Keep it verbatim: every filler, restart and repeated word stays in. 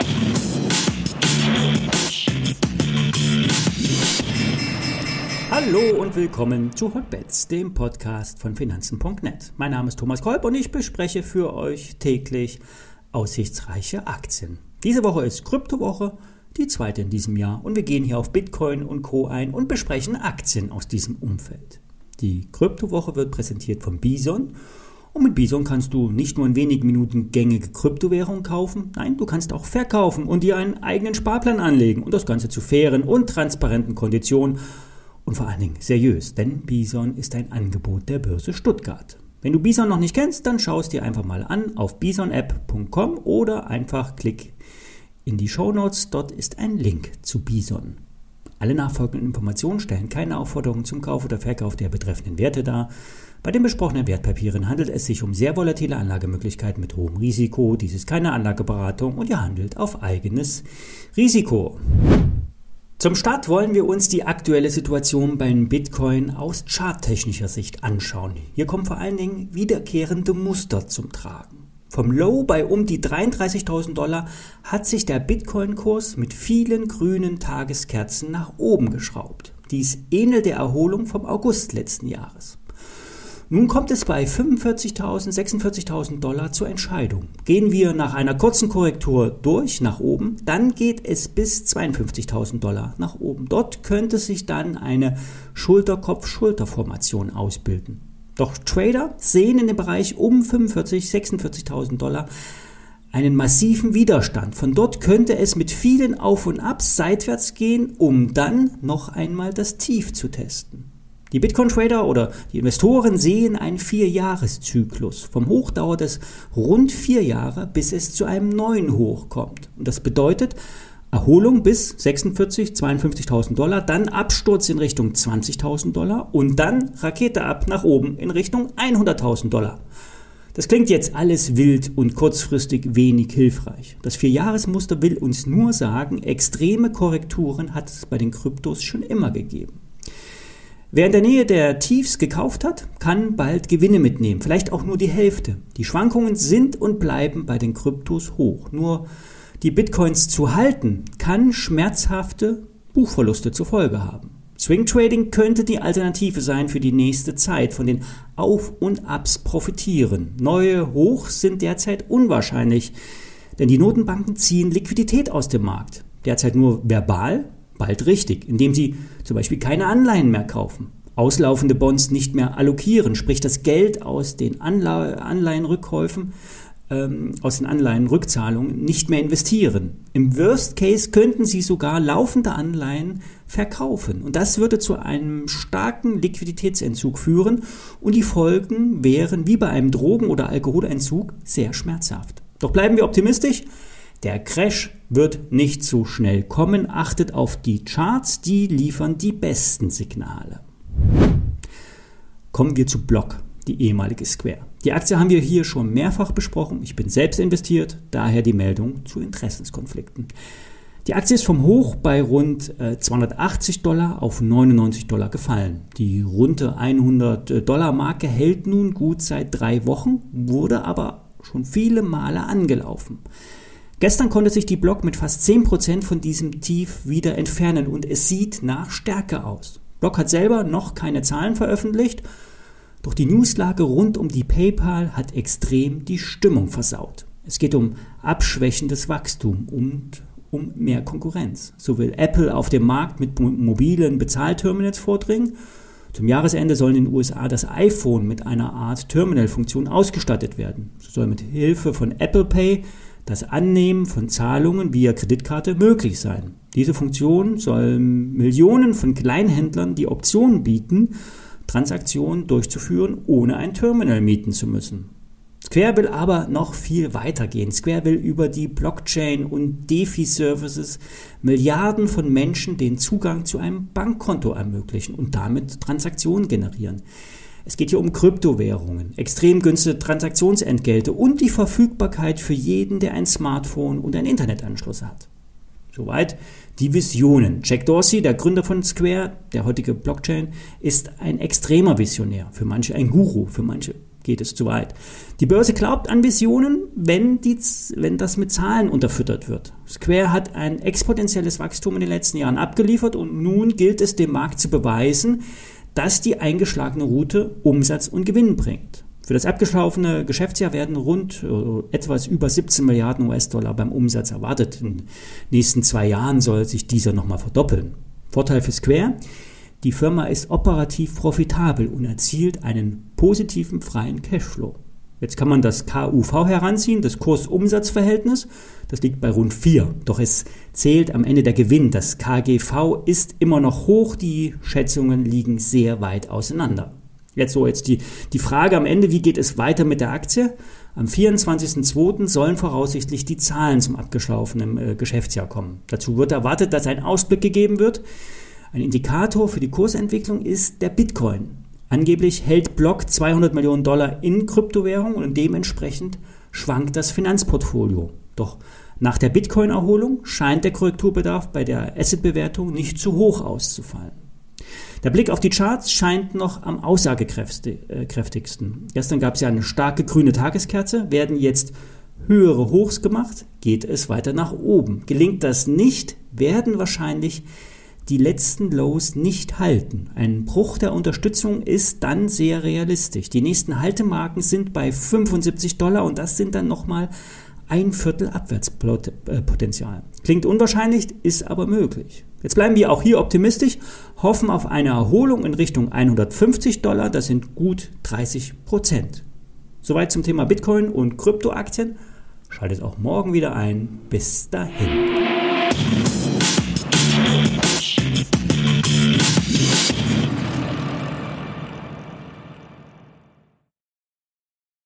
Hallo und willkommen zu Hotbets, dem Podcast von Finanzen Punkt net. Mein Name ist Thomas Kolb und ich bespreche für euch täglich aussichtsreiche Aktien. Diese Woche ist Kryptowoche, die zweite in diesem Jahr, und wir gehen hier auf Bitcoin und Co. ein und besprechen Aktien aus diesem Umfeld. Die Kryptowoche wird präsentiert von Bison. Und mit Bison kannst du nicht nur in wenigen Minuten gängige Kryptowährungen kaufen, nein, du kannst auch verkaufen und dir einen eigenen Sparplan anlegen und das Ganze zu fairen und transparenten Konditionen. Und vor allen Dingen seriös, denn Bison ist ein Angebot der Börse Stuttgart. Wenn du Bison noch nicht kennst, dann schau es dir einfach mal an auf bison app punkt com oder einfach klick in die Shownotes, dort ist ein Link zu Bison. Alle nachfolgenden Informationen stellen keine Aufforderung zum Kauf oder Verkauf der betreffenden Werte dar. Bei den besprochenen Wertpapieren handelt es sich um sehr volatile Anlagemöglichkeiten mit hohem Risiko. Dies ist keine Anlageberatung und ihr handelt auf eigenes Risiko. Zum Start wollen wir uns die aktuelle Situation beim Bitcoin aus charttechnischer Sicht anschauen. Hier kommen vor allen Dingen wiederkehrende Muster zum Tragen. Vom Low bei um die dreiunddreißigtausend Dollar hat sich der Bitcoin-Kurs mit vielen grünen Tageskerzen nach oben geschraubt. Dies ähnelt der Erholung vom August letzten Jahres. Nun kommt es bei fünfundvierzigtausend, sechsundvierzigtausend Dollar zur Entscheidung. Gehen wir nach einer kurzen Korrektur durch nach oben, dann geht es bis zweiundfünfzigtausend Dollar nach oben. Dort könnte sich dann eine Schulterkopf-Schulter-Formation ausbilden. Doch Trader sehen in dem Bereich um fünfundvierzigtausend, sechsundvierzigtausend Dollar einen massiven Widerstand. Von dort könnte es mit vielen Auf und Abs seitwärts gehen, um dann noch einmal das Tief zu testen. Die Bitcoin-Trader oder die Investoren sehen einen Vierjahreszyklus. Vom Hoch dauert es rund vier Jahre, bis es zu einem neuen Hoch kommt. Und das bedeutet Erholung bis sechsundvierzigtausend, zweiundfünfzigtausend Dollar, dann Absturz in Richtung zwanzigtausend Dollar und dann Rakete ab nach oben in Richtung hunderttausend Dollar. Das klingt jetzt alles wild und kurzfristig wenig hilfreich. Das Vierjahresmuster will uns nur sagen, extreme Korrekturen hat es bei den Kryptos schon immer gegeben. Wer in der Nähe der Tiefs gekauft hat, kann bald Gewinne mitnehmen, vielleicht auch nur die Hälfte. Die Schwankungen sind und bleiben bei den Kryptos hoch. Nur die Bitcoins zu halten, kann schmerzhafte Buchverluste zur Folge haben. Swing Trading könnte die Alternative sein für die nächste Zeit, von den Auf- und Abs profitieren. Neue Hochs sind derzeit unwahrscheinlich, denn die Notenbanken ziehen Liquidität aus dem Markt. Derzeit nur verbal, bald richtig, indem sie zum Beispiel keine Anleihen mehr kaufen, auslaufende Bonds nicht mehr allokieren, sprich das Geld aus den Anla- Anleihenrückkäufen, ähm, aus den Anleihenrückzahlungen nicht mehr investieren. Im Worst Case könnten sie sogar laufende Anleihen verkaufen und das würde zu einem starken Liquiditätsentzug führen und die Folgen wären wie bei einem Drogen- oder Alkoholentzug sehr schmerzhaft. Doch bleiben wir optimistisch. Der Crash wird nicht so schnell kommen. Achtet auf die Charts, die liefern die besten Signale. Kommen wir zu Block, die ehemalige Square. Die Aktie haben wir hier schon mehrfach besprochen. Ich bin selbst investiert, daher die Meldung zu Interessenskonflikten. Die Aktie ist vom Hoch bei rund zweihundertachtzig Dollar auf neunundneunzig Dollar gefallen. Die runde hundert Dollar Marke hält nun gut seit drei Wochen, wurde aber schon viele Male angelaufen. Gestern konnte sich die Block mit fast zehn Prozent von diesem Tief wieder entfernen und es sieht nach Stärke aus. Block hat selber noch keine Zahlen veröffentlicht, doch die Newslage rund um die PayPal hat extrem die Stimmung versaut. Es geht um abschwächendes Wachstum und um mehr Konkurrenz. So will Apple auf dem Markt mit mobilen Bezahlterminals vordringen. Zum Jahresende soll in den U S A das iPhone mit einer Art Terminalfunktion ausgestattet werden. So soll mit Hilfe von Apple Pay das Annehmen von Zahlungen via Kreditkarte möglich sein. Diese Funktion soll Millionen von Kleinhändlern die Option bieten, Transaktionen durchzuführen, ohne ein Terminal mieten zu müssen. Square will aber noch viel weiter gehen. Square will über die Blockchain und DeFi-Services Milliarden von Menschen den Zugang zu einem Bankkonto ermöglichen und damit Transaktionen generieren. Es geht hier um Kryptowährungen, extrem günstige Transaktionsentgelte und die Verfügbarkeit für jeden, der ein Smartphone und einen Internetanschluss hat. Soweit die Visionen. Jack Dorsey, der Gründer von Square, der heutige Blockchain, ist ein extremer Visionär. Für manche ein Guru, für manche geht es zu weit. Die Börse glaubt an Visionen, wenn, die, wenn das mit Zahlen unterfüttert wird. Square hat ein exponentielles Wachstum in den letzten Jahren abgeliefert und nun gilt es dem Markt zu beweisen, dass die eingeschlagene Route Umsatz und Gewinn bringt. Für das abgelaufene Geschäftsjahr werden rund äh, etwas über siebzehn Milliarden U S-Dollar beim Umsatz erwartet. In den nächsten zwei Jahren soll sich dieser nochmal verdoppeln. Vorteil für Square: Die Firma ist operativ profitabel und erzielt einen positiven freien Cashflow. Jetzt kann man das K U V heranziehen, das Kurs-Umsatz-Verhältnis. Das liegt bei rund vier. Doch es zählt am Ende der Gewinn. Das K G V ist immer noch hoch. Die Schätzungen liegen sehr weit auseinander. Jetzt so, jetzt die, die Frage am Ende, wie geht es weiter mit der Aktie? Am vierundzwanzigsten zweiten sollen voraussichtlich die Zahlen zum abgelaufenen äh, Geschäftsjahr kommen. Dazu wird erwartet, dass ein Ausblick gegeben wird. Ein Indikator für die Kursentwicklung ist der Bitcoin. Angeblich hält Block zweihundert Millionen Dollar in Kryptowährung und dementsprechend schwankt das Finanzportfolio. Doch nach der Bitcoin-Erholung scheint der Korrekturbedarf bei der Assetbewertung nicht zu hoch auszufallen. Der Blick auf die Charts scheint noch am aussagekräftigsten. Gestern gab es ja eine starke grüne Tageskerze. Werden jetzt höhere Hochs gemacht, geht es weiter nach oben. Gelingt das nicht, werden wahrscheinlich die letzten Lows nicht halten. Ein Bruch der Unterstützung ist dann sehr realistisch. Die nächsten Haltemarken sind bei fünfundsiebzig Dollar und das sind dann nochmal ein Viertel Abwärtspotenzial. Klingt unwahrscheinlich, ist aber möglich. Jetzt bleiben wir auch hier optimistisch, hoffen auf eine Erholung in Richtung hundertfünfzig Dollar, das sind gut dreißig Prozent. Soweit zum Thema Bitcoin und Kryptoaktien. Schaltet auch morgen wieder ein. Bis dahin.